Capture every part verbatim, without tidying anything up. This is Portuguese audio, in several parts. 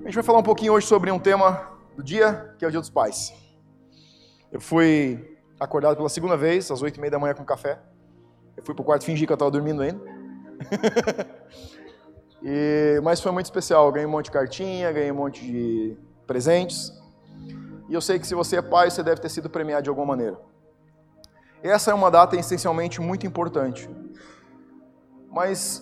A gente vai falar um pouquinho hoje sobre um tema do dia, que é o Dia dos Pais. Eu fui acordado pela segunda vez, às oito e meia da manhã com café. Eu fui pro quarto fingir que eu estava dormindo ainda. e, mas foi muito especial, eu ganhei um monte de cartinha, ganhei um monte de presentes. E eu sei que se você é pai, você deve ter sido premiado de alguma maneira. Essa é uma data essencialmente muito importante. Mas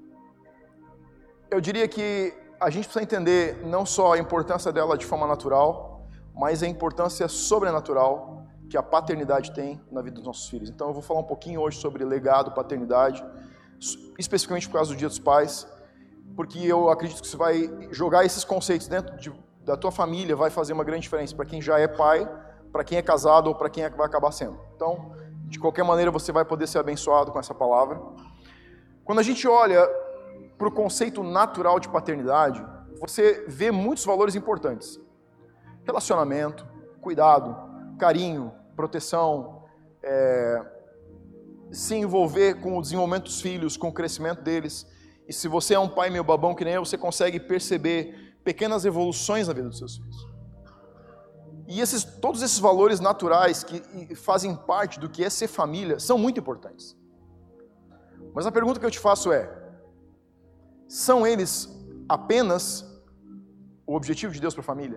eu diria que a gente precisa entender não só a importância dela de forma natural, mas a importância sobrenatural que a paternidade tem na vida dos nossos filhos. Então eu vou falar um pouquinho hoje sobre legado, paternidade, especificamente por causa do Dia dos Pais, porque eu acredito que você vai jogar esses conceitos dentro de, da tua família, vai fazer uma grande diferença para quem já é pai, para quem é casado ou para quem é que vai acabar sendo. Então, de qualquer maneira, você vai poder ser abençoado com essa palavra. Quando a gente olha para o conceito natural de paternidade, você vê muitos valores importantes. Relacionamento, cuidado, carinho, proteção, é, se envolver com o desenvolvimento dos filhos, com o crescimento deles. E se você é um pai meio babão que nem eu, você consegue perceber pequenas evoluções na vida dos seus filhos. E esses, todos esses valores naturais que fazem parte do que é ser família são muito importantes. Mas a pergunta que eu te faço é: são eles apenas o objetivo de Deus para a família?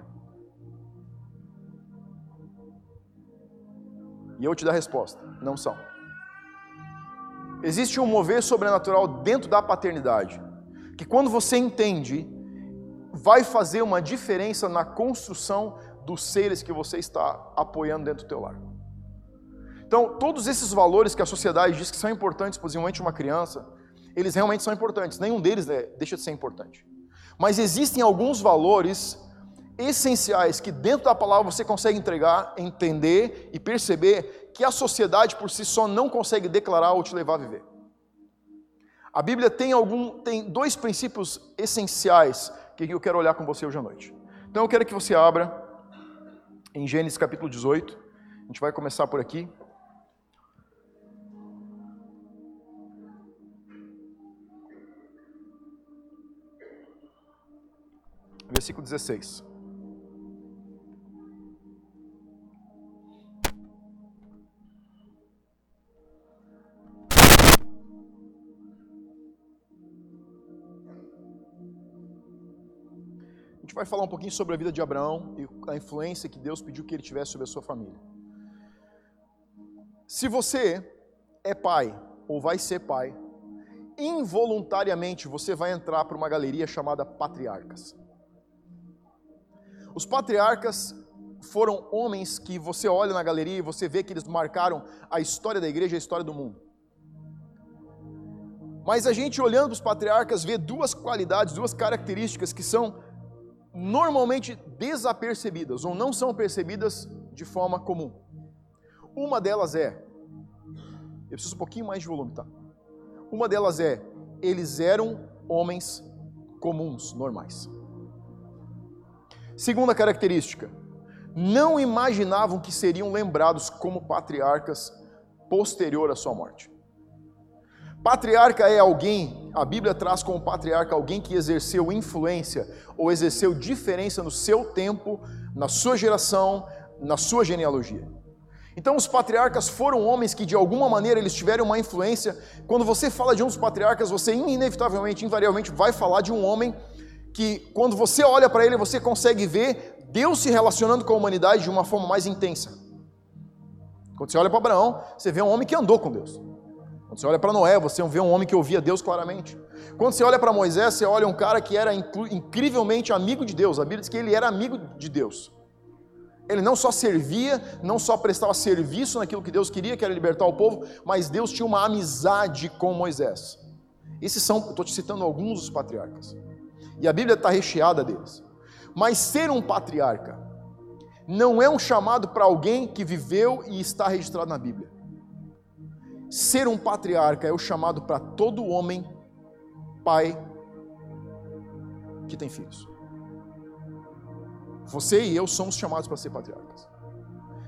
E eu te dar a resposta: não são. Existe um mover sobrenatural dentro da paternidade, que quando você entende, vai fazer uma diferença na construção dos seres que você está apoiando dentro do teu lar. Então, todos esses valores que a sociedade diz que são importantes para o desenvolvimento de uma criança, eles realmente são importantes. Nenhum deles, né, deixa de ser importante. Mas existem alguns valores essenciais que dentro da palavra você consegue entregar, entender e perceber que a sociedade por si só não consegue declarar ou te levar a viver. A Bíblia tem, algum, tem dois princípios essenciais que eu quero olhar com você hoje à noite. Então eu quero que você abra em Gênesis capítulo dezoito. A gente vai começar por aqui. Versículo dezesseis. A gente vai falar um pouquinho sobre a vida de Abraão e a influência que Deus pediu que ele tivesse sobre a sua família. Se você é pai ou vai ser pai, involuntariamente você vai entrar para uma galeria chamada patriarcas. Os patriarcas foram homens que você olha na galeria e você vê que eles marcaram a história da igreja e a história do mundo. Mas a gente olhando para os patriarcas vê duas qualidades, duas características que são normalmente desapercebidas ou não são percebidas de forma comum. Uma delas é, eu preciso um pouquinho mais de volume, tá? Uma delas é, eles eram homens comuns, normais. Segunda característica, não imaginavam que seriam lembrados como patriarcas posterior à sua morte. Patriarca é alguém, a Bíblia traz como patriarca alguém que exerceu influência ou exerceu diferença no seu tempo, na sua geração, na sua genealogia. Então os patriarcas foram homens que de alguma maneira eles tiveram uma influência. Quando você fala de um dos patriarcas, você inevitavelmente, invariavelmente vai falar de um homem que quando você olha para ele, você consegue ver Deus se relacionando com a humanidade de uma forma mais intensa. Quando você olha para Abraão, você vê um homem que andou com Deus. Quando você olha para Noé, você vê um homem que ouvia Deus claramente. Quando você olha para Moisés, você olha um cara que era incrivelmente amigo de Deus. A Bíblia diz que ele era amigo de Deus. Ele não só servia, não só prestava serviço naquilo que Deus queria, que era libertar o povo, mas Deus tinha uma amizade com Moisés. Esses são, estou te citando alguns dos patriarcas. E a Bíblia está recheada deles. Mas ser um patriarca não é um chamado para alguém que viveu e está registrado na Bíblia. Ser um patriarca é o chamado para todo homem, pai, que tem filhos. Você e eu somos chamados para ser patriarcas.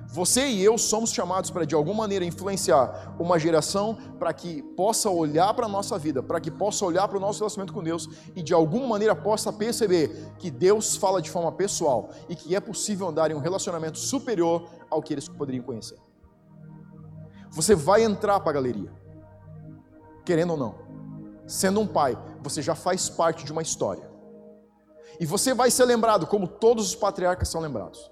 Você e eu somos chamados para de alguma maneira influenciar uma geração para que possa olhar para a nossa vida, para que possa olhar para o nosso relacionamento com Deus e de alguma maneira possa perceber que Deus fala de forma pessoal e que é possível andar em um relacionamento superior ao que eles poderiam conhecer. Você vai entrar para a galeria, querendo ou não. Sendo um pai, você já faz parte de uma história. E você vai ser lembrado como todos os patriarcas são lembrados.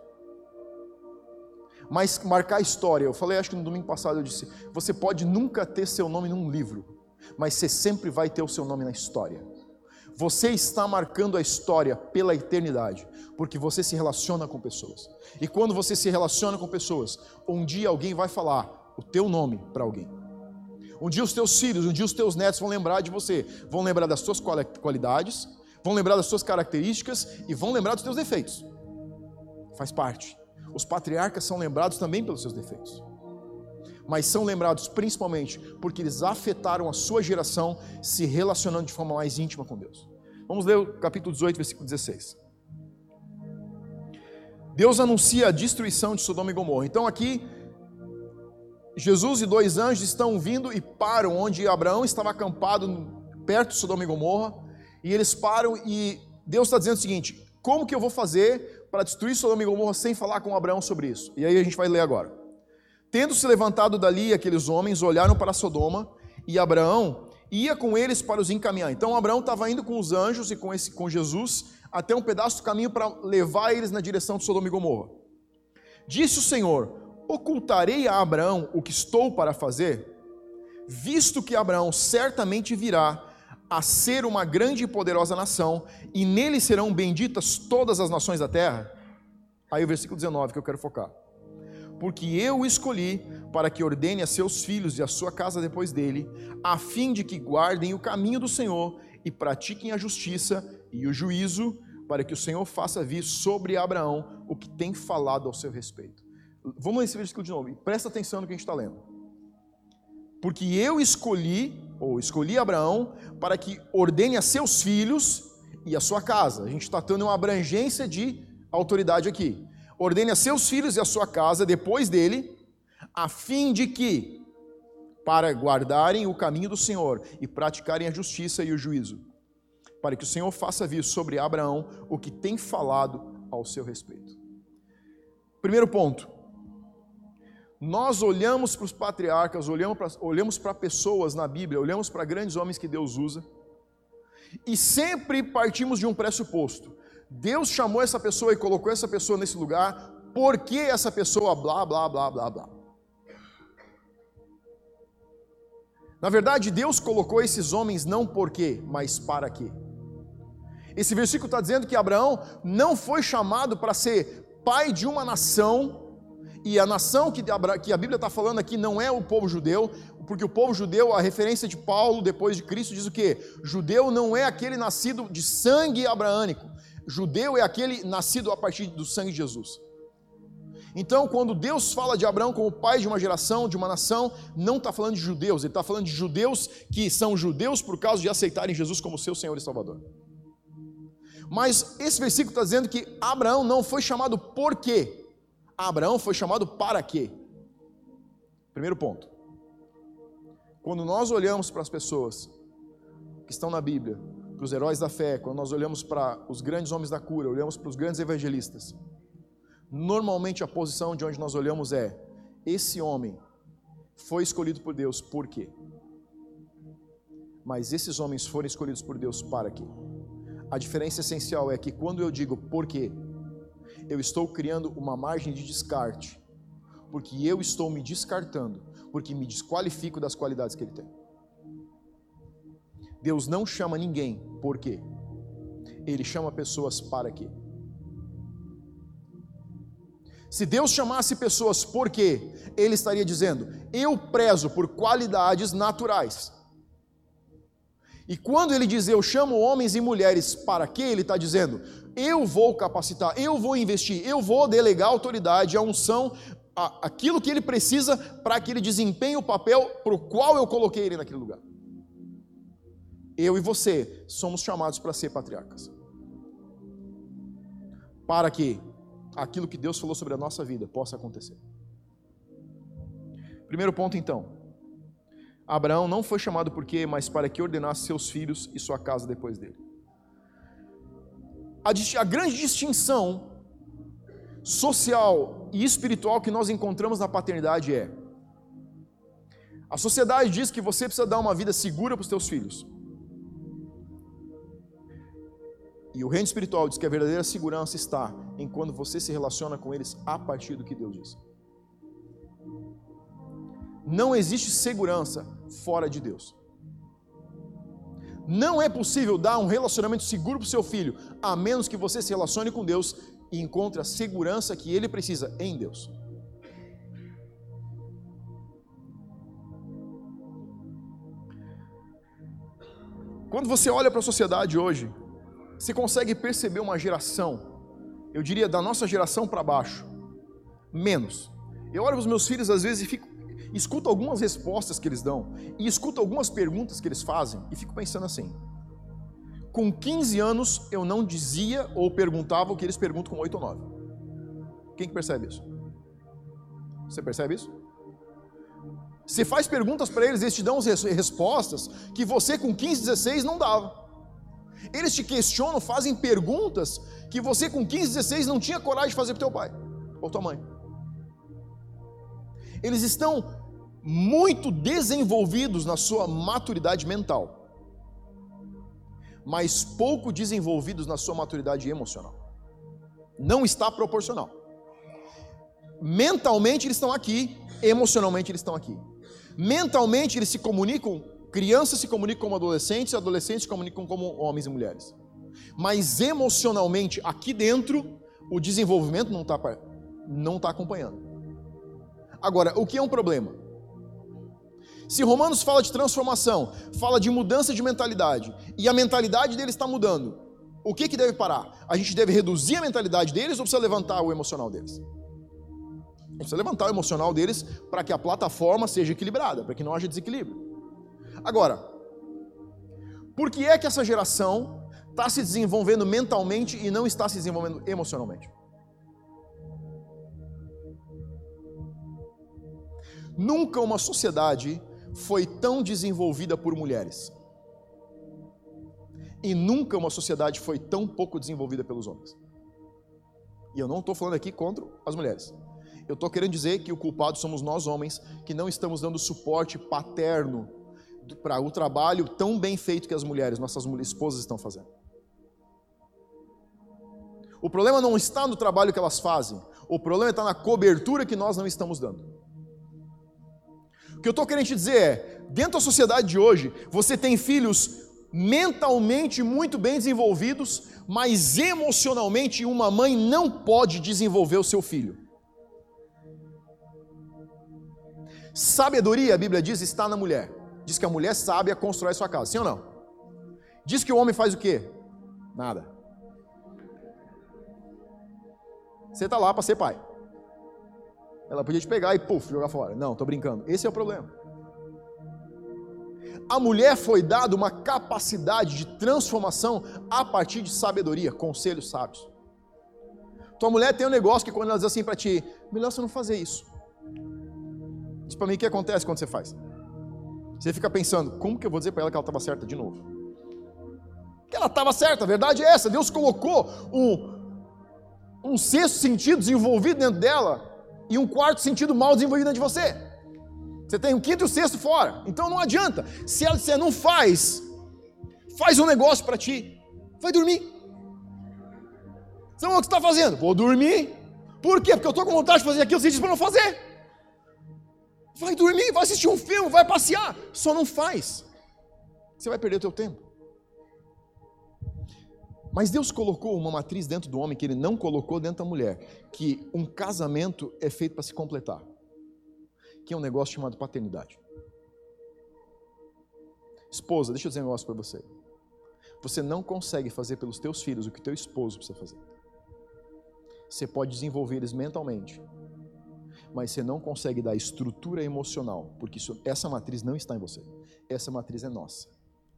Mas marcar a história, eu falei, acho que no domingo passado eu disse, você pode nunca ter seu nome num livro, mas você sempre vai ter o seu nome na história. Você está marcando a história pela eternidade, porque você se relaciona com pessoas. E quando você se relaciona com pessoas, um dia alguém vai falar o teu nome para alguém. Um dia os teus filhos, um dia os teus netos vão lembrar de você, vão lembrar das suas qualidades, vão lembrar das suas características e vão lembrar dos teus defeitos. Faz parte. Os patriarcas são lembrados também pelos seus defeitos, mas são lembrados principalmente porque eles afetaram a sua geração se relacionando de forma mais íntima com Deus. Vamos ler o capítulo dezoito, versículo dezesseis. Deus anuncia a destruição de Sodoma e Gomorra. Então aqui, Jesus e dois anjos estão vindo e param onde Abraão estava acampado perto de Sodoma e Gomorra, e eles param e Deus está dizendo o seguinte, como que eu vou fazer para destruir Sodoma e Gomorra sem falar com Abraão sobre isso? E aí a gente vai ler agora. Tendo se levantado dali, aqueles homens olharam para Sodoma, e Abraão ia com eles para os encaminhar. Então Abraão estava indo com os anjos e com, esse, com Jesus até um pedaço do caminho para levar eles na direção de Sodoma e Gomorra. Disse o Senhor, ocultarei a Abraão o que estou para fazer? Visto que Abraão certamente virá a ser uma grande e poderosa nação, e nele serão benditas todas as nações da terra. Aí o versículo dezenove que eu quero focar. Porque eu o escolhi para que ordene a seus filhos e a sua casa depois dele, a fim de que guardem o caminho do Senhor e pratiquem a justiça e o juízo, para que o Senhor faça vir sobre Abraão o que tem falado ao seu respeito. Vamos ler esse versículo de novo, e presta atenção no que a gente está lendo. Porque eu escolhi, ou escolhi Abraão, para que ordene a seus filhos e a sua casa. A gente está tendo uma abrangência de autoridade aqui. Ordene a seus filhos e a sua casa depois dele, a fim de que, para guardarem o caminho do Senhor e praticarem a justiça e o juízo, para que o Senhor faça vir sobre Abraão o que tem falado ao seu respeito. Primeiro ponto. Nós olhamos para os patriarcas, olhamos para, olhamos para pessoas na Bíblia, olhamos para grandes homens que Deus usa, e sempre partimos de um pressuposto. Deus chamou essa pessoa e colocou essa pessoa nesse lugar, porque essa pessoa blá, blá, blá, blá, blá. Na verdade, Deus colocou esses homens não por quê, mas para quê. Esse versículo está dizendo que Abraão não foi chamado para ser pai de uma nação. E a nação que a Bíblia está falando aqui não é o povo judeu, porque o povo judeu, a referência de Paulo depois de Cristo diz o quê? Judeu não é aquele nascido de sangue abraânico, judeu é aquele nascido a partir do sangue de Jesus. Então, quando Deus fala de Abraão como pai de uma geração, de uma nação, não está falando de judeus, ele está falando de judeus que são judeus por causa de aceitarem Jesus como seu Senhor e Salvador. Mas esse versículo está dizendo que Abraão não foi chamado por quê? Abraão foi chamado para quê? Primeiro ponto. Quando nós olhamos para as pessoas que estão na Bíblia, para os heróis da fé, quando nós olhamos para os grandes homens da cura, olhamos para os grandes evangelistas, normalmente a posição de onde nós olhamos é: esse homem foi escolhido por Deus por quê? Mas esses homens foram escolhidos por Deus para quê? A diferença essencial é que quando eu digo por quê, eu estou criando uma margem de descarte, porque eu estou me descartando, porque me desqualifico das qualidades que ele tem. Deus não chama ninguém por quê? Ele chama pessoas para quê? Se Deus chamasse pessoas por quê, Ele estaria dizendo: eu prezo por qualidades naturais. E quando Ele diz eu chamo homens e mulheres para quê, Ele está dizendo: eu vou capacitar, eu vou investir, eu vou delegar a autoridade, a unção, a, aquilo que ele precisa para que ele desempenhe o papel para o qual eu coloquei ele naquele lugar. Eu e você somos chamados para ser patriarcas, para que aquilo que Deus falou sobre a nossa vida possa acontecer. Primeiro ponto, então. Abraão não foi chamado por quê, mas para que ordenasse seus filhos e sua casa depois dele. A, a grande distinção social e espiritual que nós encontramos na paternidade é: a sociedade diz que você precisa dar uma vida segura para os teus filhos. E o reino espiritual diz que a verdadeira segurança está em quando você se relaciona com eles a partir do que Deus diz. Não existe segurança fora de Deus. Não é possível dar um relacionamento seguro para o seu filho, a menos que você se relacione com Deus e encontre a segurança que ele precisa em Deus. Quando você olha para a sociedade hoje, você consegue perceber uma geração, eu diria da nossa geração para baixo, menos. Eu olho para os meus filhos às vezes e fico, escuto algumas respostas que eles dão, e escuto algumas perguntas que eles fazem, e fico pensando assim: com quinze anos eu não dizia ou perguntava o que eles perguntam com oito ou nove. Quem que percebe isso? Você percebe isso? Você faz perguntas para eles, eles te dão respostas que você com quinze, dezesseis não dava. Eles te questionam, fazem perguntas que você com quinze, dezesseis não tinha coragem de fazer para o teu pai ou tua mãe. Eles estão muito desenvolvidos na sua maturidade mental, mas pouco desenvolvidos na sua maturidade emocional. Não está proporcional. Mentalmente eles estão aqui, emocionalmente eles estão aqui. Mentalmente eles se comunicam, crianças se comunicam como adolescentes, adolescentes se comunicam como homens e mulheres. Mas emocionalmente, aqui dentro, o desenvolvimento não está não está acompanhando. Agora, o que é um problema? Se Romanos fala de transformação, fala de mudança de mentalidade, e a mentalidade deles está mudando, o que que deve parar? A gente deve reduzir a mentalidade deles ou precisa levantar o emocional deles? A gente precisa levantar o emocional deles para que a plataforma seja equilibrada, para que não haja desequilíbrio. Agora, por que é que essa geração está se desenvolvendo mentalmente e não está se desenvolvendo emocionalmente? Nunca uma sociedade foi tão desenvolvida por mulheres. E nunca uma sociedade foi tão pouco desenvolvida pelos homens. E eu não estou falando aqui contra as mulheres. Eu estou querendo dizer que o culpado somos nós homens, que não estamos dando suporte paterno para o trabalho tão bem feito que as mulheres, nossas esposas estão fazendo. O problema não está no trabalho que elas fazem, o problema está na cobertura que nós não estamos dando. O que eu estou querendo te dizer é, dentro da sociedade de hoje, você tem filhos mentalmente muito bem desenvolvidos, mas emocionalmente uma mãe não pode desenvolver o seu filho. Sabedoria, a Bíblia diz, está na mulher. Diz que a mulher sábia constrói sua casa, sim ou não? Diz que o homem faz o quê? Nada. Você está lá para ser pai. Ela podia te pegar e, puf, jogar fora. Não, estou brincando. Esse é o problema. A mulher foi dada uma capacidade de transformação a partir de sabedoria, conselhos sábios. Tua mulher tem um negócio que quando ela diz assim para ti, melhor você não fazer isso. Diz para mim o que acontece quando você faz. Você fica pensando, como que eu vou dizer para ela que ela estava certa de novo? Que ela estava certa, a verdade é essa. Deus colocou um, um sexto sentido desenvolvido dentro dela e um quarto sentido mal desenvolvido dentro de você. Você tem o quinto e o sexto fora. Então não adianta. Se ela disser não faz, faz um negócio para ti, vai dormir. Então o que você está fazendo? Vou dormir. Por quê? Porque eu estou com vontade de fazer aquilo, você diz para não fazer. Vai dormir, vai assistir um filme, vai passear. Só não faz. Você vai perder o teu tempo. Mas Deus colocou uma matriz dentro do homem que Ele não colocou dentro da mulher. Que um casamento é feito para se completar. Que é um negócio chamado paternidade. Esposa, deixa eu dizer um negócio para você. Você não consegue fazer pelos teus filhos o que teu esposo precisa fazer. Você pode desenvolver eles mentalmente, mas você não consegue dar estrutura emocional, porque isso, essa matriz não está em você. Essa matriz é nossa.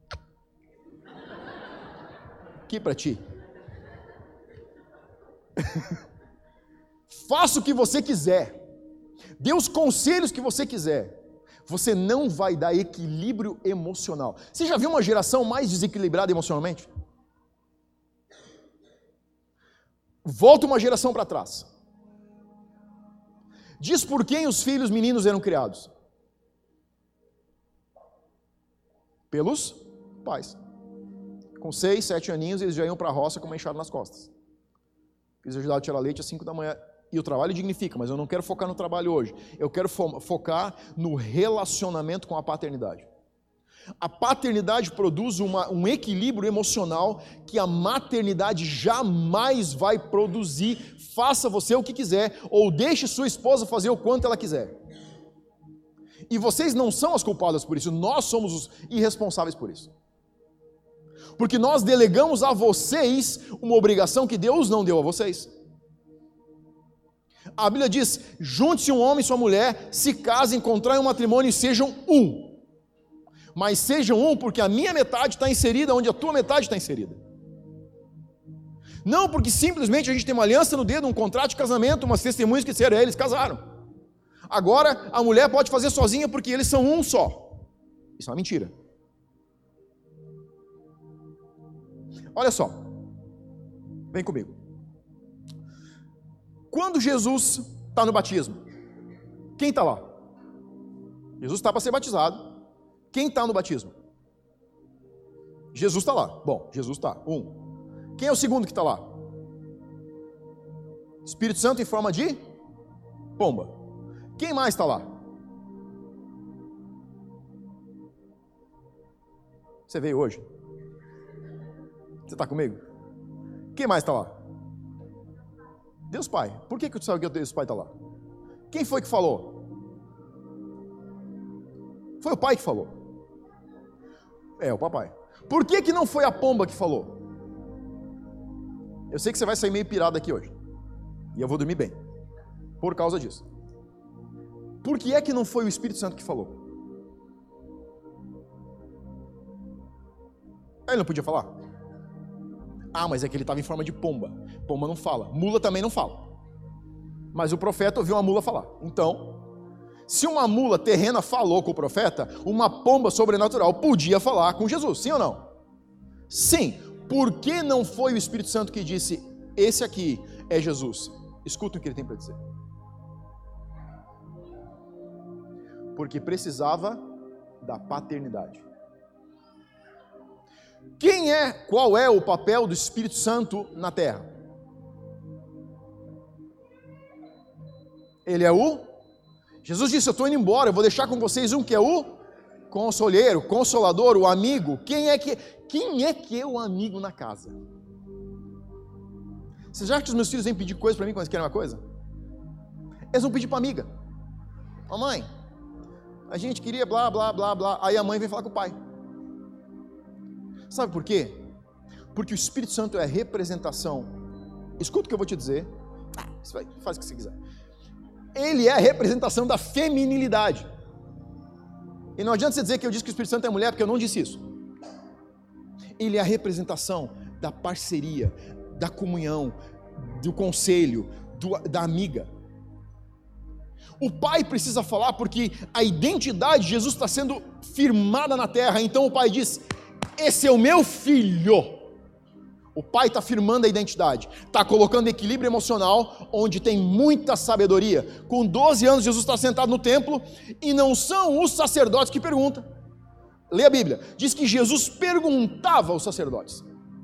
Aqui para ti. Faça o que você quiser. dê os conselhos que você quiser, você não vai dar equilíbrio emocional. Você já viu uma geração mais desequilibrada emocionalmente? Volta uma geração para trás. Diz por quem os filhos meninos eram criados? Pelos pais. Com seis, sete aninhos, eles já iam para a roça com uma enxada nas costas. Eles ajudavam a tirar leite às cinco da manhã. E o trabalho dignifica, mas eu não quero focar no trabalho hoje. Eu quero fo- focar no relacionamento com a paternidade. A paternidade produz uma, um equilíbrio emocional que a maternidade jamais vai produzir. Faça você o que quiser, ou deixe sua esposa fazer o quanto ela quiser. E vocês não são as culpadas por isso, nós somos os irresponsáveis por isso. Porque nós delegamos a vocês uma obrigação que Deus não deu a vocês. A Bíblia diz, junte-se um homem e sua mulher, se casem, contraem um matrimônio e sejam um. Mas sejam um porque a minha metade está inserida onde a tua metade está inserida. Não porque simplesmente a gente tem uma aliança no dedo, um contrato de casamento, umas testemunhas que disseram, eles casaram. Agora a mulher pode fazer sozinha porque eles são um só. Isso é uma mentira. Olha só, vem comigo. Quando Jesus está no batismo, quem está lá? Jesus está para ser batizado. Quem está no batismo? Jesus está lá. Bom, Jesus está. Um. Quem é o segundo que está lá? Espírito Santo em forma de pomba. Quem mais está lá? Você veio hoje? Você está comigo? Quem mais está lá? Deus Pai. Por que, que você sabe que Deus Pai está lá? Quem foi que falou? Foi o Pai que falou. É, o papai. Por que, que não foi a pomba que falou? Eu sei que você vai sair meio pirado aqui hoje. E eu vou dormir bem. Por causa disso. Por que é que não foi o Espírito Santo que falou? Ele não podia falar? Ah, mas é que ele estava em forma de pomba. Pomba não fala. Mula também não fala. Mas o profeta ouviu uma mula falar. Então, se uma mula terrena falou com o profeta, uma pomba sobrenatural podia falar com Jesus. Sim ou não? Sim. Por que não foi o Espírito Santo que disse, esse aqui é Jesus? Escuta o que ele tem para dizer. Porque precisava da paternidade. Quem é, qual é o papel do Espírito Santo na terra? Ele é o... Jesus disse, eu estou indo embora, eu vou deixar com vocês um que é o conselheiro, consolador, o amigo. Quem é que, quem é, que é o amigo na casa? Vocês acham que os meus filhos vêm pedir coisa para mim quando eles querem uma coisa? Eles vão pedir para a amiga. Mamãe, a gente queria blá, blá, blá, blá. Aí a mãe vem falar com o pai. Sabe por quê? Porque o Espírito Santo é a representação. Escuta o que eu vou te dizer. Ah, faz o que você quiser. Ele é a representação da feminilidade. E não adianta você dizer que eu disse que o Espírito Santo é mulher, porque eu não disse isso. Ele é a representação da parceria, da comunhão, do conselho, do, da amiga. O pai precisa falar porque a identidade de Jesus está sendo firmada na terra. Então o pai diz, esse é o meu filho. O pai está firmando a identidade, está colocando equilíbrio emocional, onde tem muita sabedoria. Com doze anos, Jesus está sentado no templo, e não são os sacerdotes que perguntam. Lê a Bíblia, diz que Jesus perguntava aos sacerdotes.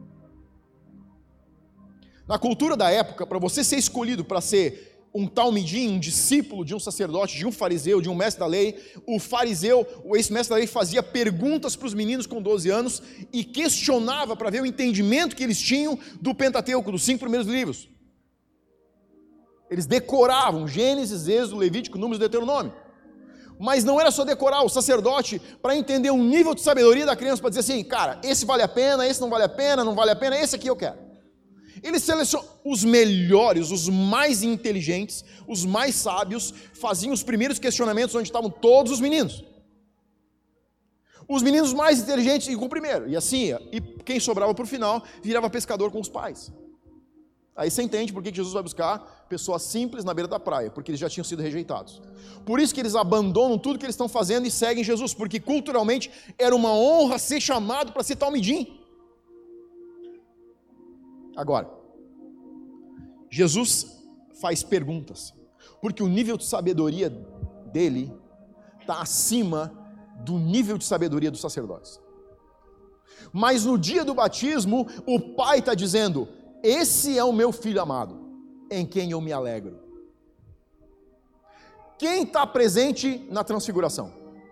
Na cultura da época, para você ser escolhido para ser um talmidim, um discípulo de um sacerdote, de um fariseu, de um mestre da lei, o fariseu, esse mestre da lei fazia perguntas para os meninos com doze anos e questionava para ver o entendimento que eles tinham do Pentateuco, dos cinco primeiros livros. Eles decoravam Gênesis, Êxodo, Levítico, Números e Deuteronômio. Mas não era só decorar, o sacerdote, para entender um nível de sabedoria da criança, para dizer assim, cara, esse vale a pena, esse não vale a pena, não vale a pena, esse aqui eu quero. Eles selecionam os melhores, os mais inteligentes, os mais sábios, faziam os primeiros questionamentos onde estavam todos os meninos. Os meninos mais inteligentes iam com o primeiro, e assim ia. E quem sobrava para o final virava pescador com os pais. Aí você entende por que Jesus vai buscar pessoas simples na beira da praia, porque eles já tinham sido rejeitados. Por isso que eles abandonam tudo que eles estão fazendo e seguem Jesus, porque culturalmente era uma honra ser chamado para ser talmidim. Agora, Jesus faz perguntas, porque o nível de sabedoria dele está acima do nível de sabedoria dos sacerdotes. Mas no dia do batismo, o pai está dizendo: esse é o meu filho amado, em quem eu me alegro. Quem está presente na transfiguração?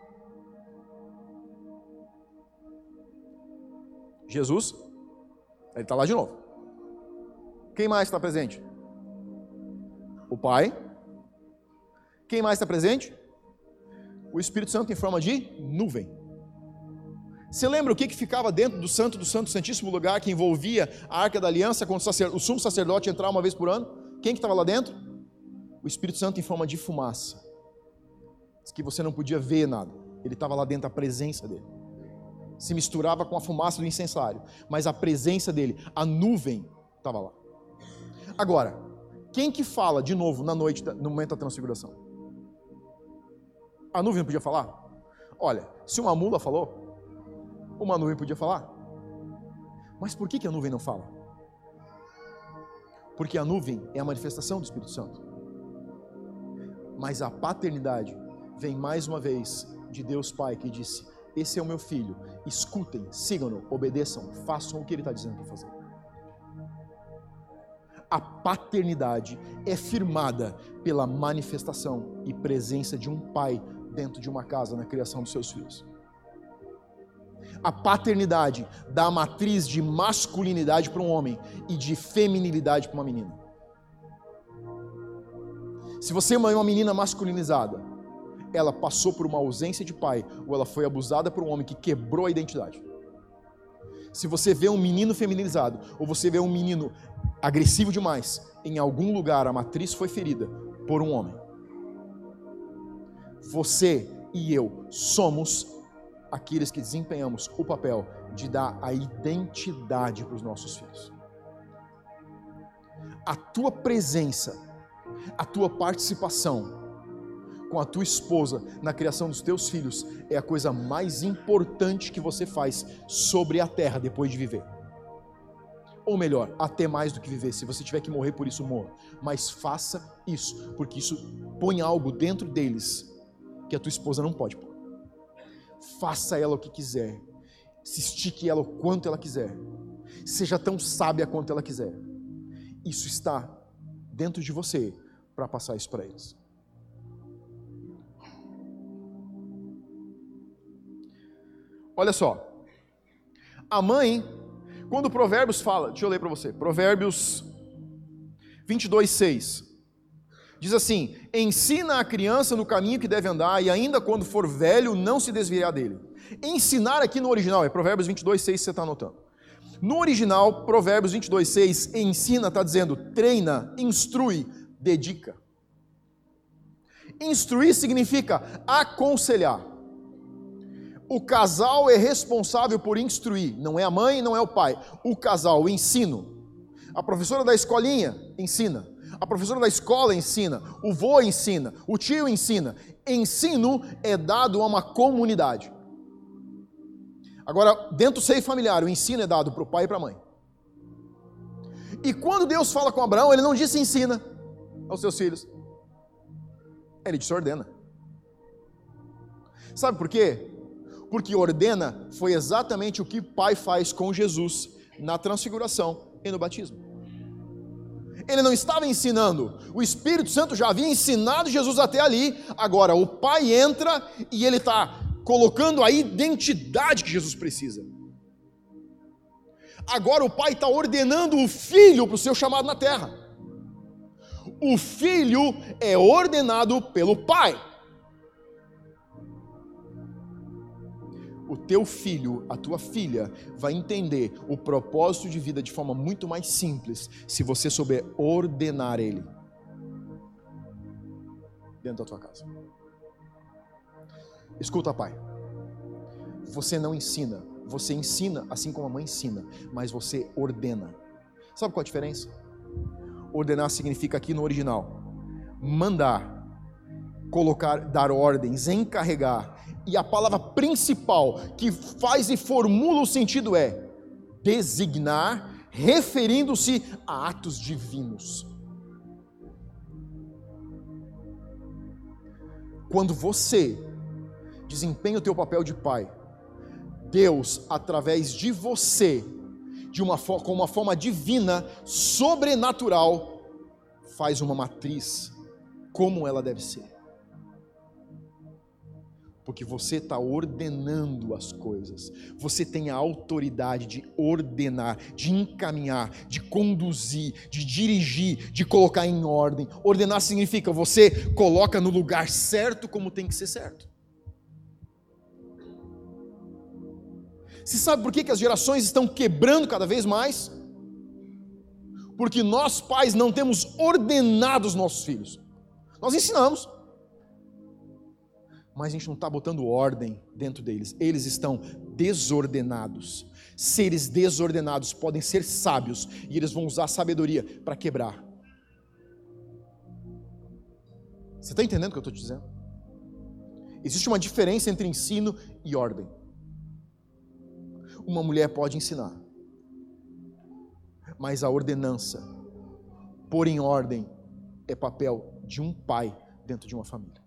Jesus, ele está lá de novo. Quem mais está presente? O Pai. Quem mais está presente? O Espírito Santo em forma de nuvem. Você lembra o que, que ficava dentro do Santo do Santo Santíssimo Lugar, que envolvia a Arca da Aliança, quando o, sacer, o sumo sacerdote entrava uma vez por ano? Quem que estava lá dentro? O Espírito Santo em forma de fumaça. Diz que você não podia ver nada. Ele estava lá dentro, a presença dele. Se misturava com a fumaça do incensário, mas a presença dele, a nuvem, estava lá. Agora, quem que fala de novo na noite, no momento da transfiguração? A nuvem não podia falar? Olha, se uma mula falou, uma nuvem podia falar. Mas por que que a nuvem não fala? Porque a nuvem é a manifestação do Espírito Santo. Mas a paternidade vem mais uma vez de Deus Pai, que disse: esse é o meu filho, escutem, sigam-no, obedeçam, façam o que ele está dizendo para fazer. A paternidade é firmada pela manifestação e presença de um pai dentro de uma casa na criação dos seus filhos. A paternidade dá a matriz de masculinidade para um homem e de feminilidade para uma menina. Se você é uma menina masculinizada, ela passou por uma ausência de pai, ou ela foi abusada por um homem que quebrou a identidade. Se você vê um menino feminilizado, ou você vê um menino agressivo demais, em algum lugar a matriz foi ferida por um homem. Você e eu somos aqueles que desempenhamos o papel de dar a identidade para os nossos filhos. A tua presença, a tua participação com a tua esposa na criação dos teus filhos é a coisa mais importante que você faz sobre a terra depois de viver. Ou melhor, até mais do que viver. Se você tiver que morrer por isso, morra. Mas faça isso, porque isso põe algo dentro deles que a tua esposa não pode pôr. Faça ela o que quiser, se estique ela o quanto ela quiser, seja tão sábia quanto ela quiser. Isso está dentro de você para passar isso para eles. Olha só, a mãe, quando Provérbios fala, deixa eu ler para você, Provérbios vinte e dois, seis, diz assim: ensina a criança no caminho que deve andar, e ainda quando for velho, não se desviará dele. Ensinar aqui no original, é Provérbios vinte e dois, seis, você está anotando. No original, Provérbios vinte e dois, seis, ensina, está dizendo, treina, instrui, dedica. Instruir significa aconselhar. O casal é responsável por instruir, não é a mãe, não é o pai. O casal, o ensino. A professora da escolinha ensina. A professora da escola ensina, o vô ensina, o tio ensina. Ensino é dado a uma comunidade. Agora, dentro do seio familiar, o ensino é dado para o pai e para a mãe. E quando Deus fala com Abraão, ele não disse ensina aos seus filhos. Ele disse ordena. Sabe por quê? Porque ordena foi exatamente o que o pai faz com Jesus na transfiguração e no batismo. Ele não estava ensinando, o Espírito Santo já havia ensinado Jesus até ali. Agora o pai entra e ele está colocando a identidade que Jesus precisa. Agora o pai está ordenando o filho para o seu chamado na terra. O filho é ordenado pelo pai. O teu filho, a tua filha, vai entender o propósito de vida de forma muito mais simples, se você souber ordenar ele dentro da tua casa. Escuta, pai, você não ensina, você ensina assim como a mãe ensina, mas você ordena. Sabe qual a diferença? Ordenar significa aqui no original, mandar, colocar, dar ordens, encarregar. E a palavra principal que faz e formula o sentido é designar, referindo-se a atos divinos. Quando você desempenha o teu papel de pai, Deus, através de você, de uma, com uma forma divina, sobrenatural, faz uma matriz como ela deve ser. Porque você está ordenando as coisas, você tem a autoridade de ordenar, de encaminhar, de conduzir, de dirigir, de colocar em ordem. Ordenar significa você coloca no lugar certo como tem que ser certo. Você sabe por que, que as gerações estão quebrando cada vez mais? Porque nós pais não temos ordenado os nossos filhos. Nós ensinamos, mas a gente não está botando ordem dentro deles. Eles estão desordenados. Seres desordenados podem ser sábios e eles vão usar a sabedoria para quebrar. Você está entendendo o que eu estou te dizendo? Existe uma diferença entre ensino e ordem. Uma mulher pode ensinar, mas a ordenança, pôr em ordem, é papel de um pai dentro de uma família.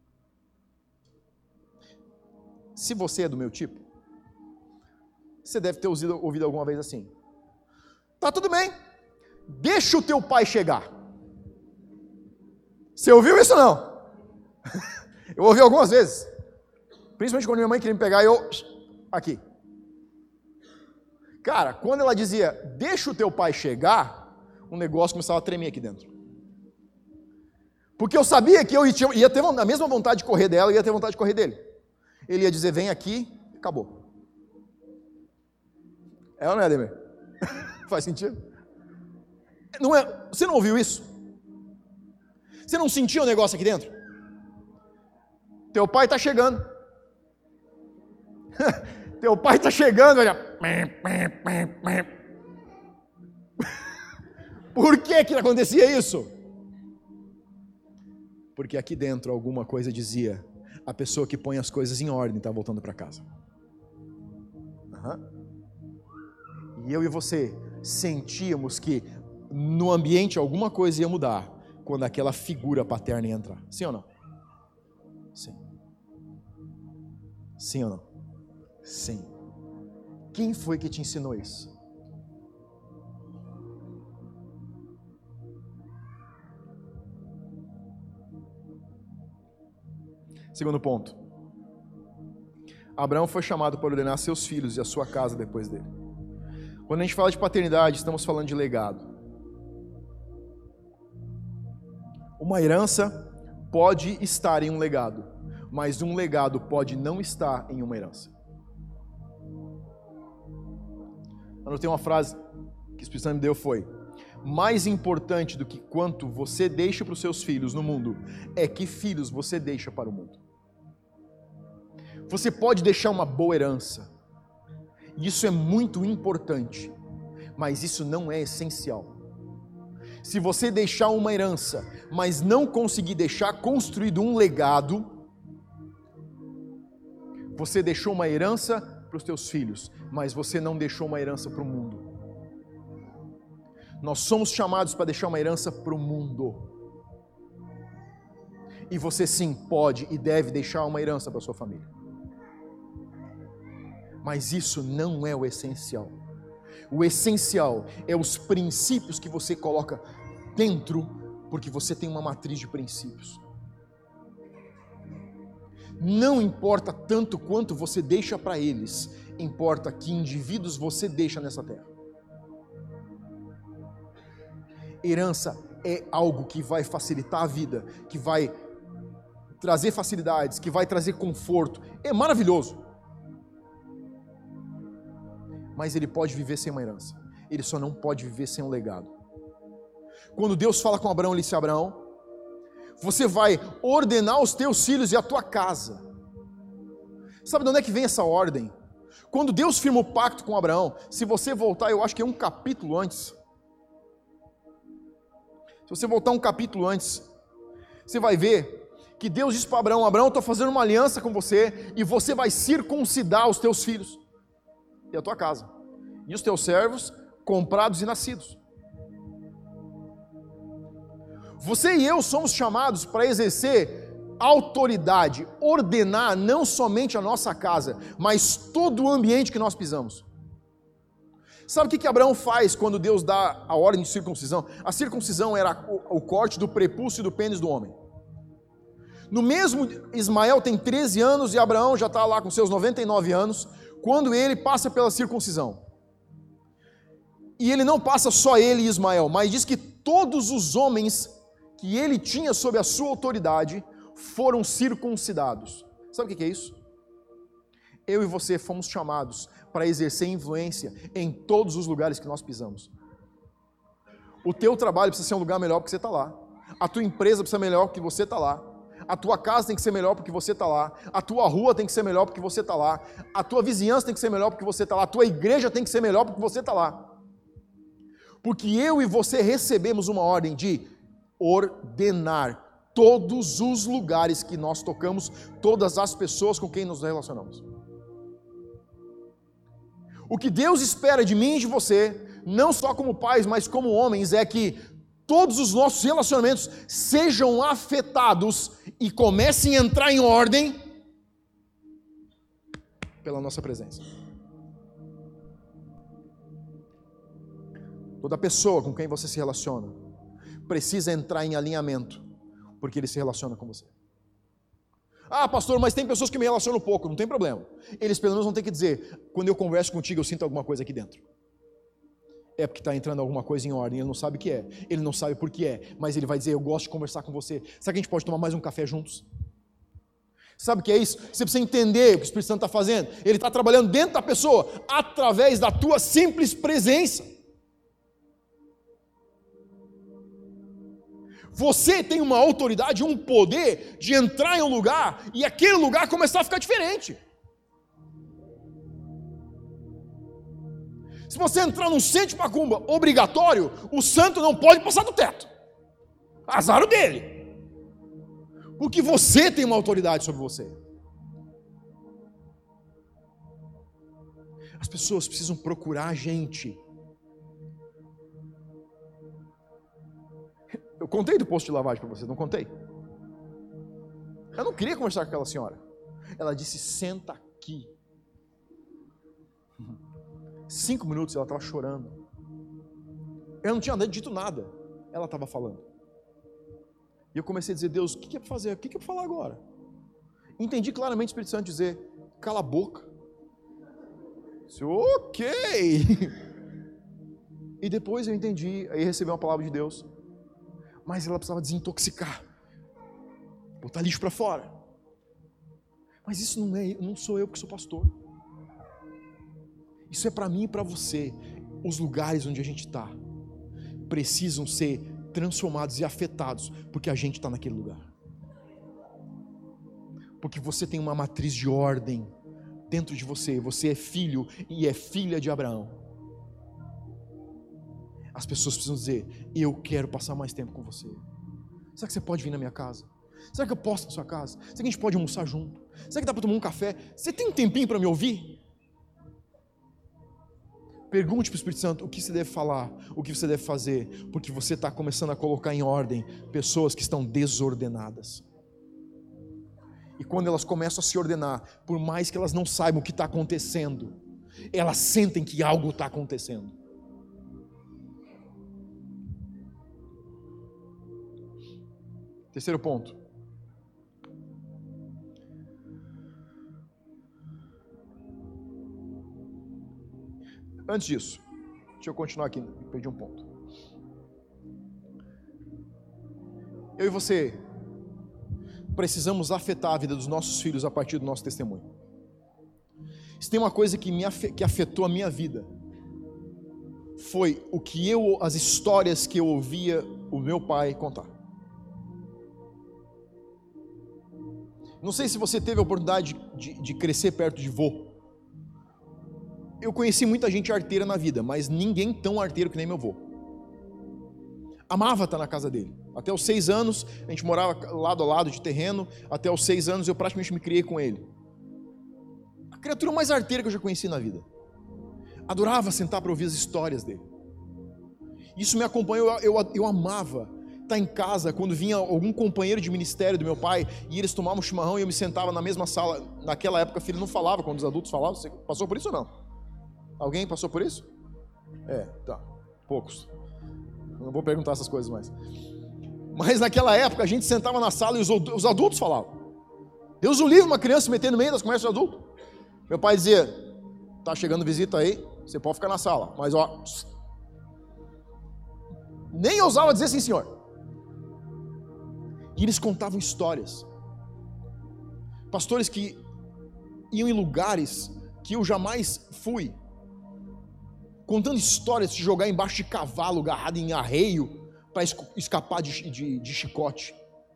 Se você é do meu tipo, você deve ter ouvido, ouvido alguma vez assim: tá tudo bem, deixa o teu pai chegar. Você ouviu isso ou não? Eu ouvi algumas vezes, principalmente quando minha mãe queria me pegar e eu, aqui. Cara, quando ela dizia, deixa o teu pai chegar, o negócio começava a tremer aqui dentro. Porque eu sabia que eu ia ter a mesma vontade de correr dela e ia ter vontade de correr dele. Ele ia dizer, vem aqui, acabou. É ou não é, Ademir? Faz sentido? Não é, você não ouviu isso? Você não sentiu o negócio aqui dentro? Teu pai está chegando. Teu pai está chegando, olha. Por que que acontecia isso? Porque aqui dentro alguma coisa dizia, a pessoa que põe as coisas em ordem está voltando para casa. Uhum. E eu e você sentíamos que no ambiente alguma coisa ia mudar quando aquela figura paterna ia entrar. Sim ou não? Sim. Sim ou não? Sim. Quem foi que te ensinou isso? Segundo ponto. Abraão foi chamado para ordenar seus filhos e a sua casa depois dele. Quando a gente fala de paternidade, estamos falando de legado. Uma herança pode estar em um legado, mas um legado pode não estar em uma herança. Anotei uma frase que o Espírito Santo me deu, foi: mais importante do que quanto você deixa para os seus filhos no mundo, é que filhos você deixa para o mundo. Você pode deixar uma boa herança, isso é muito importante, mas isso não é essencial. Se você deixar uma herança, mas não conseguir deixar construído um legado, você deixou uma herança para os teus filhos, mas você não deixou uma herança para o mundo. Nós somos chamados para deixar uma herança para o mundo. E você sim pode e deve deixar uma herança para a sua família. Mas isso não é o essencial. O essencial é os princípios que você coloca dentro, porque você tem uma matriz de princípios. Não importa tanto quanto você deixa para eles, importa que indivíduos você deixa nessa terra. Herança é algo que vai facilitar a vida, que vai trazer facilidades, que vai trazer conforto. É maravilhoso. Mas ele pode viver sem uma herança. Ele só não pode viver sem um legado. Quando Deus fala com Abraão, ele disse: Abraão, você vai ordenar os teus filhos e a tua casa. Sabe de onde é que vem essa ordem? Quando Deus firma o pacto com Abraão, se você voltar, eu acho que é um capítulo antes, Se você voltar um capítulo antes, você vai ver que Deus disse para Abraão: Abraão, eu estou fazendo uma aliança com você, e você vai circuncidar os teus filhos e a tua casa, e os teus servos, comprados e nascidos. Você e eu somos chamados para exercer autoridade, ordenar não somente a nossa casa, mas todo o ambiente que nós pisamos. Sabe o que que Abraão faz quando Deus dá a ordem de circuncisão? A circuncisão era o, o corte do prepúcio e do pênis do homem. No mesmo, Ismael tem treze anos e Abraão já está lá com seus noventa e nove anos, quando ele passa pela circuncisão. E ele não passa só ele e Ismael, mas diz que todos os homens que ele tinha sob a sua autoridade foram circuncidados. Sabe o que é isso? Eu e você fomos chamados para exercer influência em todos os lugares que nós pisamos. O teu trabalho precisa ser um lugar melhor porque você está lá. A tua empresa precisa ser melhor porque você está lá. A tua casa tem que ser melhor porque você está lá. A tua rua tem que ser melhor porque você está lá. A tua vizinhança tem que ser melhor porque você está lá. A tua igreja tem que ser melhor porque você está lá. Porque eu e você recebemos uma ordem de ordenar todos os lugares que nós tocamos, todas as pessoas com quem nos relacionamos. O que Deus espera de mim e de você, não só como pais, mas como homens, é que todos os nossos relacionamentos sejam afetados e comecem a entrar em ordem pela nossa presença. Toda pessoa com quem você se relaciona precisa entrar em alinhamento, porque ele se relaciona com você. Ah, pastor, mas tem pessoas que me relacionam pouco. Não tem problema. Eles pelo menos vão ter que dizer: quando eu converso contigo eu sinto alguma coisa aqui dentro. É porque está entrando alguma coisa em ordem. Ele não sabe o que é, ele não sabe por que é, mas ele vai dizer: eu gosto de conversar com você. Será que a gente pode tomar mais um café juntos? Sabe o que é isso? Você precisa entender o que o Espírito Santo está fazendo. Ele está trabalhando dentro da pessoa, através da tua simples presença. Você tem uma autoridade, um poder de entrar em um lugar e aquele lugar começar a ficar diferente. Se você entrar num centro de macumba obrigatório, o santo não pode passar do teto. Azar o dele. Porque você tem uma autoridade sobre você. As pessoas precisam procurar a gente. Eu contei do posto de lavagem para vocês, não contei? Eu não queria conversar com aquela senhora. Ela disse: senta aqui. Cinco minutos ela estava chorando. Eu não tinha dito nada. Ela estava falando. E eu comecei a dizer: Deus, o que é para fazer? O que é para falar agora? Entendi claramente o Espírito Santo dizer: cala a boca. Eu disse: ok. E depois eu entendi, aí recebi uma palavra de Deus. Mas ela precisava desintoxicar, botar lixo para fora. Mas isso não é, não sou eu que sou pastor. Isso é para mim e para você. Os lugares onde a gente está precisam ser transformados e afetados, porque a gente está naquele lugar. Porque você tem uma matriz de ordem dentro de você. Você é filho e é filha de Abraão. As pessoas precisam dizer: eu quero passar mais tempo com você. Será que você pode vir na minha casa? Será que eu posso ir na sua casa? Será que a gente pode almoçar junto? Será que dá para tomar um café? Você tem um tempinho para me ouvir? Pergunte para o Espírito Santo o que você deve falar, o que você deve fazer, porque você está começando a colocar em ordem pessoas que estão desordenadas. E quando elas começam a se ordenar, por mais que elas não saibam o que está acontecendo, elas sentem que algo está acontecendo. Terceiro ponto. Antes disso, deixa eu continuar aqui, perdi um ponto. Eu e você precisamos afetar a vida dos nossos filhos a partir do nosso testemunho. Se tem uma coisa que, me afe, que afetou a minha vida, foi o que eu, as histórias que eu ouvia o meu pai contar. Não sei se você teve a oportunidade de, de, de crescer perto de vô. Eu conheci muita gente arteira na vida, mas ninguém tão arteiro que nem meu vô. Amava estar na casa dele. Até os seis anos, a gente morava lado a lado de terreno. Até os seis anos eu praticamente me criei com ele. A criatura mais arteira que eu já conheci na vida. Adorava sentar para ouvir as histórias dele. Isso me acompanhou, eu, eu, eu amava estar em casa quando vinha algum companheiro de ministério do meu pai e eles tomavam chimarrão e eu me sentava na mesma sala. Naquela época, filho, não falava quando os adultos falavam. Você passou por isso ou não? Alguém passou por isso? É, tá. Poucos. Não vou perguntar essas coisas mais. Mas naquela época a gente sentava na sala e os, os adultos falavam. Deus o livre, uma criança se meter no meio das conversas de adulto. Meu pai dizia, tá chegando visita aí, você pode ficar na sala, mas ó, nem ousava dizer sim, senhor. E eles contavam histórias. Pastores que iam em lugares que eu jamais fui, contando histórias de jogar embaixo de cavalo, agarrado em arreio, para escapar de, de, de chicote.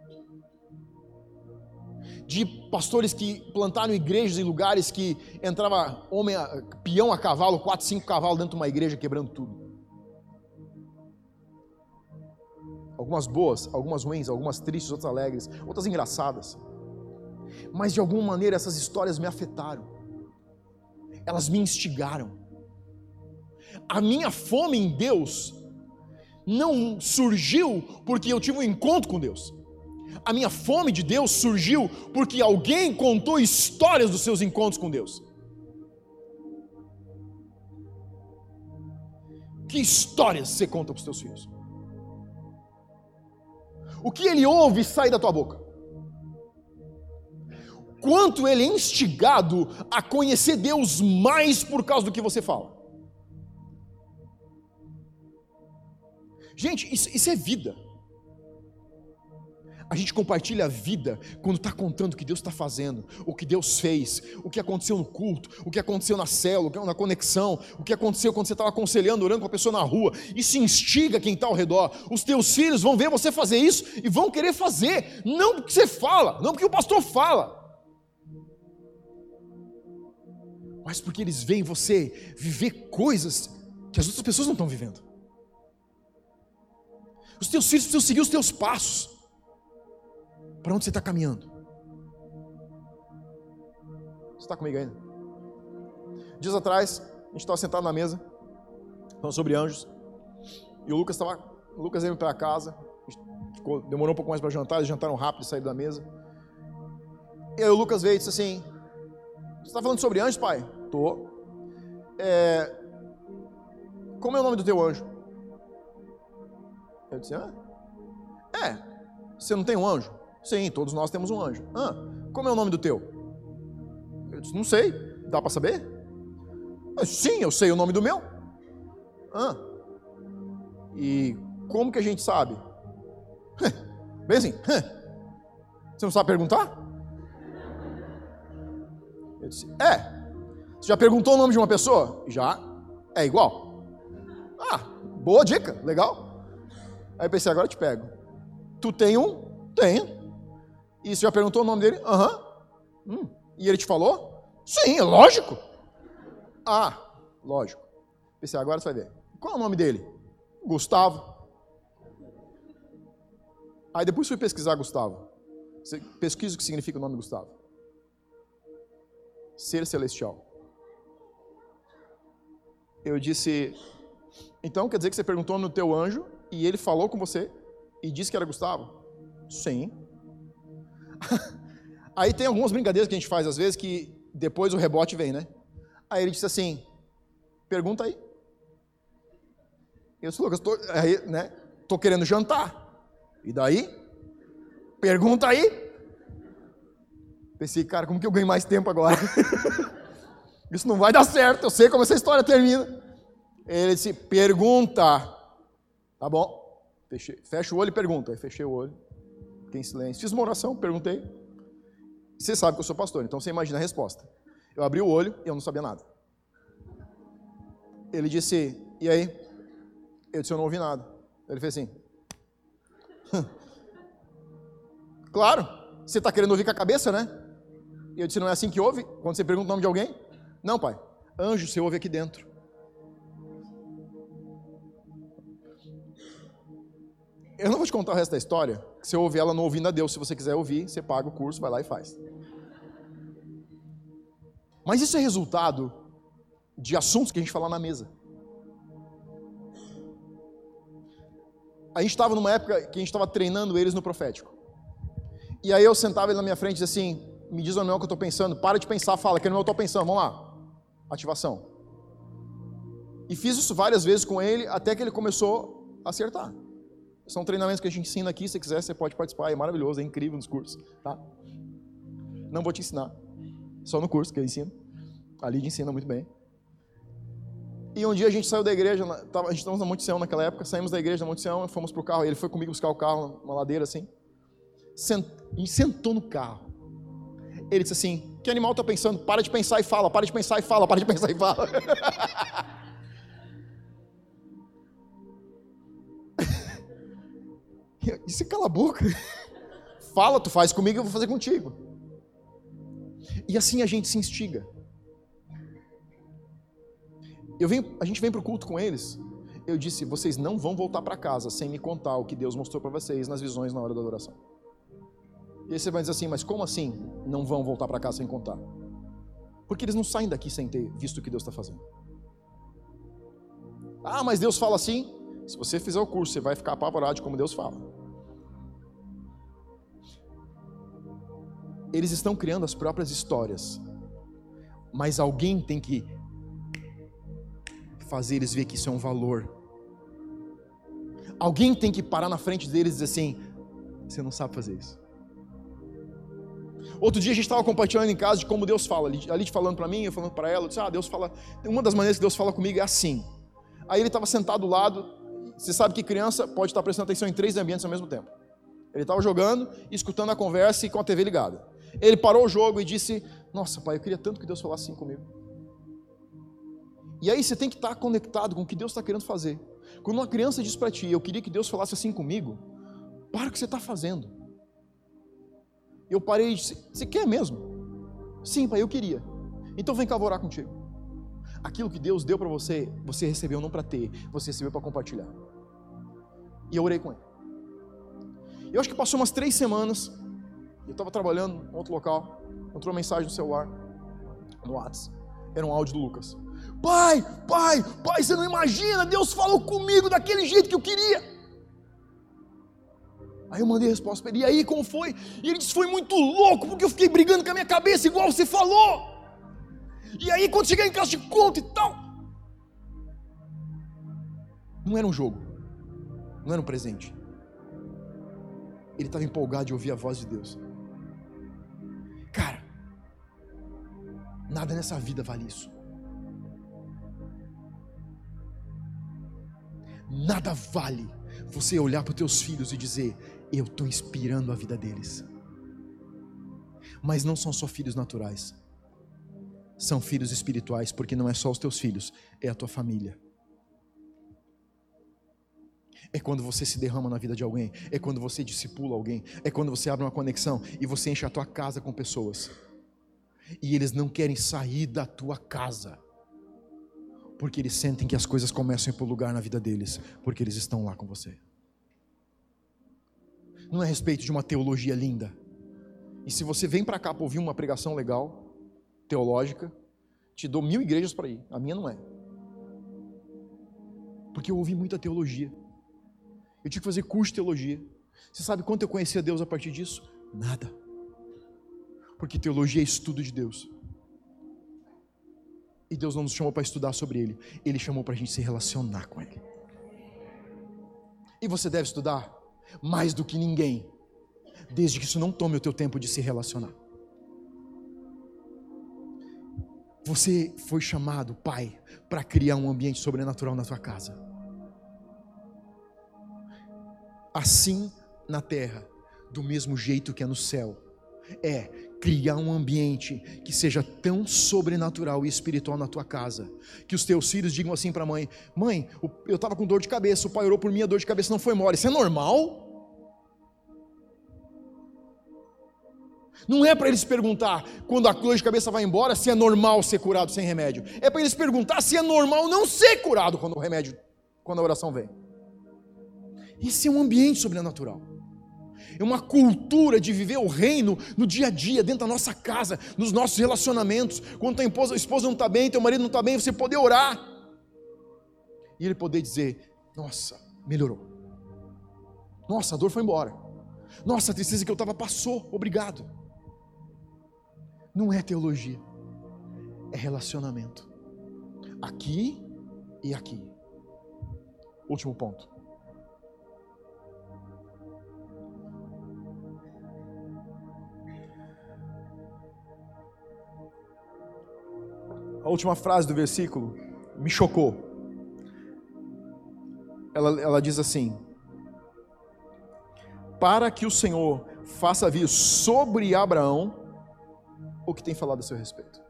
De pastores que plantaram igrejas em lugares que entrava homem, peão a cavalo, quatro, cinco cavalos dentro de uma igreja, quebrando tudo. Algumas boas, algumas ruins, algumas tristes, outras alegres, outras engraçadas. Mas de alguma maneira essas histórias me afetaram. Elas me instigaram. A minha fome em Deus não surgiu porque eu tive um encontro com Deus. A minha fome de Deus surgiu porque alguém contou histórias dos seus encontros com Deus. Que histórias você conta para os teus filhos? O que ele ouve sai da tua boca? Quanto ele é instigado a conhecer Deus mais por causa do que você fala? Gente, isso, isso é vida. A gente compartilha a vida quando está contando o que Deus está fazendo, o que Deus fez, o que aconteceu no culto, o que aconteceu na célula, na conexão, o que aconteceu quando você estava aconselhando, orando com a pessoa na rua. Isso instiga quem está ao redor. Os teus filhos vão ver você fazer isso e vão querer fazer, não porque você fala, não porque o pastor fala, mas porque eles veem você viver coisas que as outras pessoas não estão vivendo. Os teus filhos precisam seguir os teus passos. Para onde você está caminhando? Você está comigo ainda? Dias atrás, a gente estava sentado na mesa, falando sobre anjos, e o Lucas estava, o Lucas veio para casa, ficou, demorou um pouco mais para jantar, eles jantaram rápido e saíram da mesa. E aí o Lucas veio e disse assim: você está falando sobre anjos, pai? Tô. É, como é o nome do teu anjo? Eu disse, ah, é, você não tem um anjo? Sim, todos nós temos um anjo. Ah, como é o nome do teu? Eu disse, não sei, dá para saber? Eu disse, sim, eu sei o nome do meu. Ah, e como que a gente sabe? Bem assim, você não sabe perguntar? Eu disse, é, você já perguntou o nome de uma pessoa? Já, é igual. Ah, boa dica, legal. Aí eu pensei, agora eu te pego. Tu tem um? Tenho. E você já perguntou o nome dele? Aham. Uhum. Hum. E ele te falou? Sim, é lógico. Ah, lógico. Pensei, agora você vai ver. Qual é o nome dele? Gustavo. Aí depois fui pesquisar Gustavo. Você pesquisa o que significa o nome Gustavo. Ser celestial. Eu disse, então quer dizer que você perguntou no teu anjo e ele falou com você e disse que era Gustavo? Sim. Aí tem algumas brincadeiras que a gente faz às vezes que depois o rebote vem, né? Aí ele disse assim, pergunta aí. Eu disse, Lucas, tô, aí, né, tô querendo jantar. E daí? Pergunta aí. Pensei, cara, como que eu ganho mais tempo agora? Isso não vai dar certo, eu sei como essa história termina. Ele disse, pergunta. Tá bom. Fechei. Fecha o olho e pergunta. Aí fechei o olho. Fiquei em silêncio. Fiz uma oração, perguntei. Você sabe que eu sou pastor, então você imagina a resposta. Eu abri o olho e eu não sabia nada. Ele disse, e aí? Eu disse, eu não ouvi nada. Ele fez assim. Claro, você está querendo ouvir com a cabeça, né? E eu disse, não é assim que ouve? Quando você pergunta o nome de alguém? Não, pai. Anjo, você ouve aqui dentro. Eu não vou te contar o resto da história. Você ouve ela no Ouvindo a Deus. Se você quiser ouvir, você paga o curso, vai lá e faz. Mas isso é resultado de assuntos que a gente fala na mesa. A gente estava numa época que a gente estava treinando eles no profético. E aí eu sentava ele na minha frente e dizia assim, me diz o nome que eu estou pensando, para de pensar, fala, que não eu estou pensando, vamos lá. Ativação. E fiz isso várias vezes com ele, até que ele começou a acertar. São treinamentos que a gente ensina aqui, se quiser você pode participar, é maravilhoso, é incrível nos cursos, tá? Não vou te ensinar, só no curso que eu ensino. A Lídia ensina muito bem. E um dia a gente saiu da igreja, a gente estava na Monte Sião naquela época, saímos da igreja da Monte Sião, fomos pro carro, ele foi comigo buscar o carro, uma ladeira assim, Sent, a gente sentou no carro. Ele disse assim, que animal está pensando? Para de pensar e fala, para de pensar e fala, para de pensar e fala. Eu disse, cala a boca. Fala, tu faz comigo, eu vou fazer contigo. E assim a gente se instiga. Eu venho, a gente vem para o culto com eles. Eu disse, vocês não vão voltar para casa sem me contar o que Deus mostrou para vocês nas visões na hora da adoração. E aí você vai dizer assim, mas como assim não vão voltar para casa sem contar? Porque eles não saem daqui sem ter visto o que Deus está fazendo. Ah, mas Deus fala assim. Se você fizer o curso, você vai ficar apavorado de como Deus fala. Eles estão criando as próprias histórias. Mas alguém tem que fazer eles ver que isso é um valor. Alguém tem que parar na frente deles e dizer assim, você não sabe fazer isso. Outro dia a gente estava compartilhando em casa de como Deus fala. A Lid falando para mim, eu falando para ela, eu disse, ah, Deus fala, uma das maneiras que Deus fala comigo é assim. Aí ele estava sentado do lado. Você sabe que criança pode estar prestando atenção em três ambientes ao mesmo tempo. Ele estava jogando, escutando a conversa e com a T V ligada. Ele parou o jogo e disse, nossa pai, eu queria tanto que Deus falasse assim comigo. E aí você tem que estar conectado com o que Deus está querendo fazer. Quando uma criança diz para ti, eu queria que Deus falasse assim comigo, para o que você está fazendo. Eu parei e disse, você quer mesmo? Sim pai, eu queria. Então vem cá, vou orar contigo. Aquilo que Deus deu para você, você recebeu não para ter, você recebeu para compartilhar. E eu orei com ele. Eu acho que passou umas três semanas, eu estava trabalhando em outro local, entrou uma mensagem no celular, no WhatsApp, era um áudio do Lucas. Pai, pai, pai, você não imagina, Deus falou comigo daquele jeito que eu queria. Aí eu mandei a resposta para ele, e aí como foi? E ele disse, foi muito louco, porque eu fiquei brigando com a minha cabeça, igual você falou. E aí quando chegar em casa te conto e tal. Não era um jogo, não era um presente. Ele estava empolgado de ouvir a voz de Deus. Cara, nada nessa vida vale isso. Nada vale você olhar para os teus filhos e dizer, eu estou inspirando a vida deles. Mas não são só filhos naturais. São filhos espirituais, porque não é só os teus filhos, é a tua família. É quando você se derrama na vida de alguém, é quando você discipula alguém, é quando você abre uma conexão e você enche a tua casa com pessoas. E eles não querem sair da tua casa, porque eles sentem que as coisas começam a ir para o lugar na vida deles, porque eles estão lá com você. Não é a respeito de uma teologia linda. E se você vem para cá para ouvir uma pregação legal, teológica, te dou mil igrejas para ir, a minha não é. Porque eu ouvi muita teologia. Eu tive que fazer curso de teologia. Você sabe quanto eu conhecia Deus a partir disso? Nada. Porque teologia é estudo de Deus. E Deus não nos chamou para estudar sobre Ele. Ele chamou para a gente se relacionar com Ele. E você deve estudar mais do que ninguém, desde que isso não tome o teu tempo de se relacionar. Você foi chamado, pai, para criar um ambiente sobrenatural na tua casa. Assim na terra, do mesmo jeito que é no céu, é criar um ambiente que seja tão sobrenatural e espiritual na tua casa, que os teus filhos digam assim para a mãe, mãe, eu estava com dor de cabeça, o pai orou por mim, a dor de cabeça não foi mole. Isso é normal? Não é para eles perguntar, quando a dor de cabeça vai embora, se é normal ser curado sem remédio. É para eles perguntar se é normal não ser curado quando o remédio, quando a oração vem. Esse é um ambiente sobrenatural. É uma cultura de viver o reino no dia a dia, dentro da nossa casa, nos nossos relacionamentos. Quando tua esposa, a esposa não está bem, teu marido não está bem, você poder orar. E ele poder dizer, nossa, melhorou. Nossa, a dor foi embora. Nossa, a tristeza que eu estava passou, obrigado. Não é teologia, é relacionamento. Aqui e aqui. Último ponto. A última frase do versículo me chocou. Ela, ela diz assim: para que o Senhor faça vir sobre Abraão o que tem falado a seu respeito.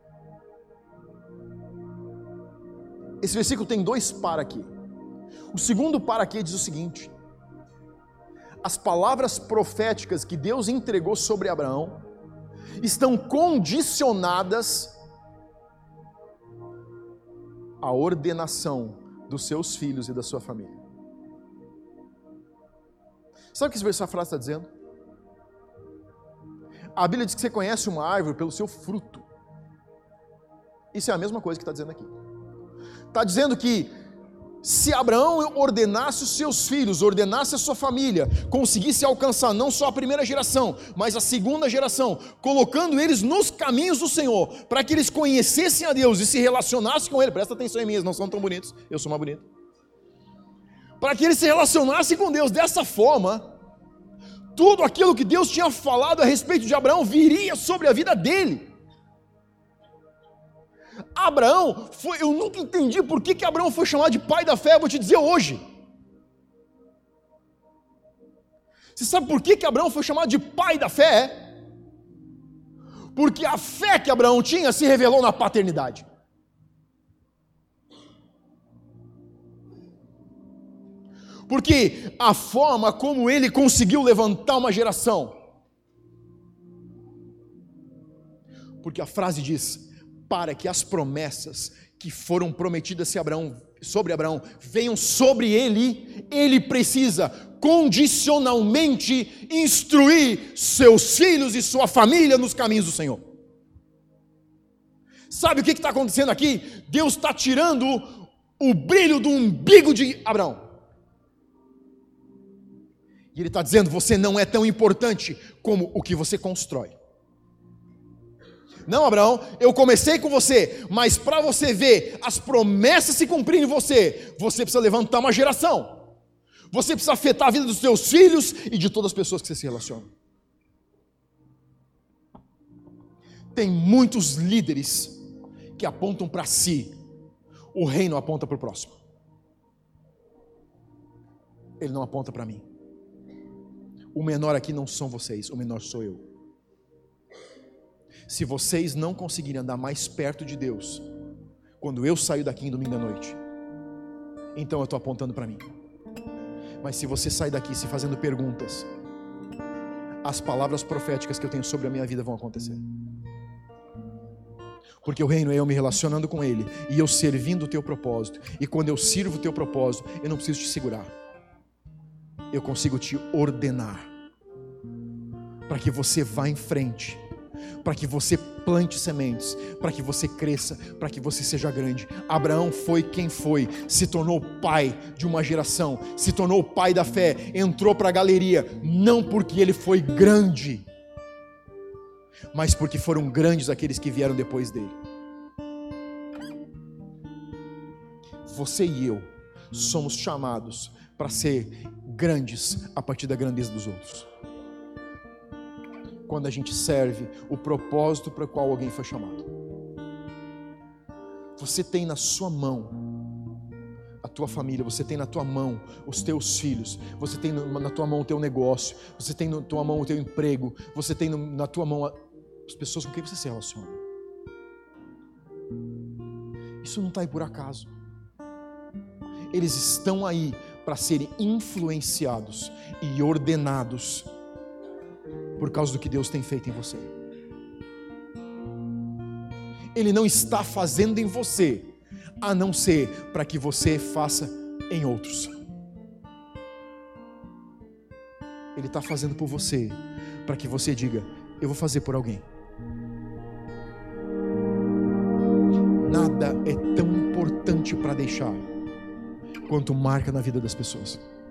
Esse versículo tem dois para aqui. O segundo para aqui diz o seguinte: as palavras proféticas que Deus entregou sobre Abraão estão condicionadas à ordenação dos seus filhos e da sua família. Sabe o que essa frase está dizendo? A Bíblia diz que você conhece uma árvore pelo seu fruto. Isso é a mesma coisa que está dizendo aqui. Está dizendo que se Abraão ordenasse os seus filhos, ordenasse a sua família, conseguisse alcançar não só a primeira geração, mas a segunda geração, colocando eles nos caminhos do Senhor, para que eles conhecessem a Deus e se relacionassem com Ele. Presta atenção em mim, eles não são tão bonitos, eu sou mais bonito. Para que eles se relacionassem com Deus dessa forma, tudo aquilo que Deus tinha falado a respeito de Abraão viria sobre a vida dele. Abraão, foi, eu nunca entendi por que, que Abraão foi chamado de pai da fé, eu vou te dizer hoje. Você sabe por que, que Abraão foi chamado de pai da fé? Porque a fé que Abraão tinha se revelou na paternidade. Porque a forma como ele conseguiu levantar uma geração. Porque a frase diz: para que as promessas que foram prometidas sobre Abraão venham sobre ele, ele precisa condicionalmente instruir seus filhos e sua família nos caminhos do Senhor. Sabe o que está acontecendo aqui? Deus está tirando o brilho do umbigo de Abraão. E Ele está dizendo: você não é tão importante como o que você constrói. Não, Abraão, eu comecei com você, mas para você ver as promessas se cumprirem em você, você precisa levantar uma geração. Você precisa afetar a vida dos seus filhos e de todas as pessoas que você se relaciona. Tem muitos líderes que apontam para si, o reino aponta para o próximo. Ele não aponta para mim. O menor aqui não são vocês, o menor sou eu. Se vocês não conseguirem andar mais perto de Deus, quando eu saio daqui em domingo à noite, então eu estou apontando para mim. Mas se você sair daqui se fazendo perguntas, as palavras proféticas que eu tenho sobre a minha vida vão acontecer. Porque o reino é eu me relacionando com Ele, e eu servindo o teu propósito. E quando eu sirvo o teu propósito, eu não preciso te segurar. Eu consigo te ordenar, para que você vá em frente, para que você plante sementes, para que você cresça, para que você seja grande. Abraão foi quem foi, se tornou pai de uma geração, se tornou pai da fé, entrou para a galeria, não porque ele foi grande, mas porque foram grandes aqueles que vieram depois dele. Você e eu somos chamados para ser grandes a partir da grandeza dos outros. Quando a gente serve o propósito para o qual alguém foi chamado. Você tem na sua mão a tua família, você tem na tua mão os teus filhos, você tem na tua mão o teu negócio, você tem na tua mão o teu emprego, você tem na tua mão as pessoas com quem você se relaciona. Isso não está aí por acaso. Eles estão aí para serem influenciados e ordenados por causa do que Deus tem feito em você. Ele não está fazendo em você, a não ser para que você faça em outros. Ele está fazendo por você, para que você diga: eu vou fazer por alguém. Nada é tão importante para deixar quanto marca na vida das pessoas.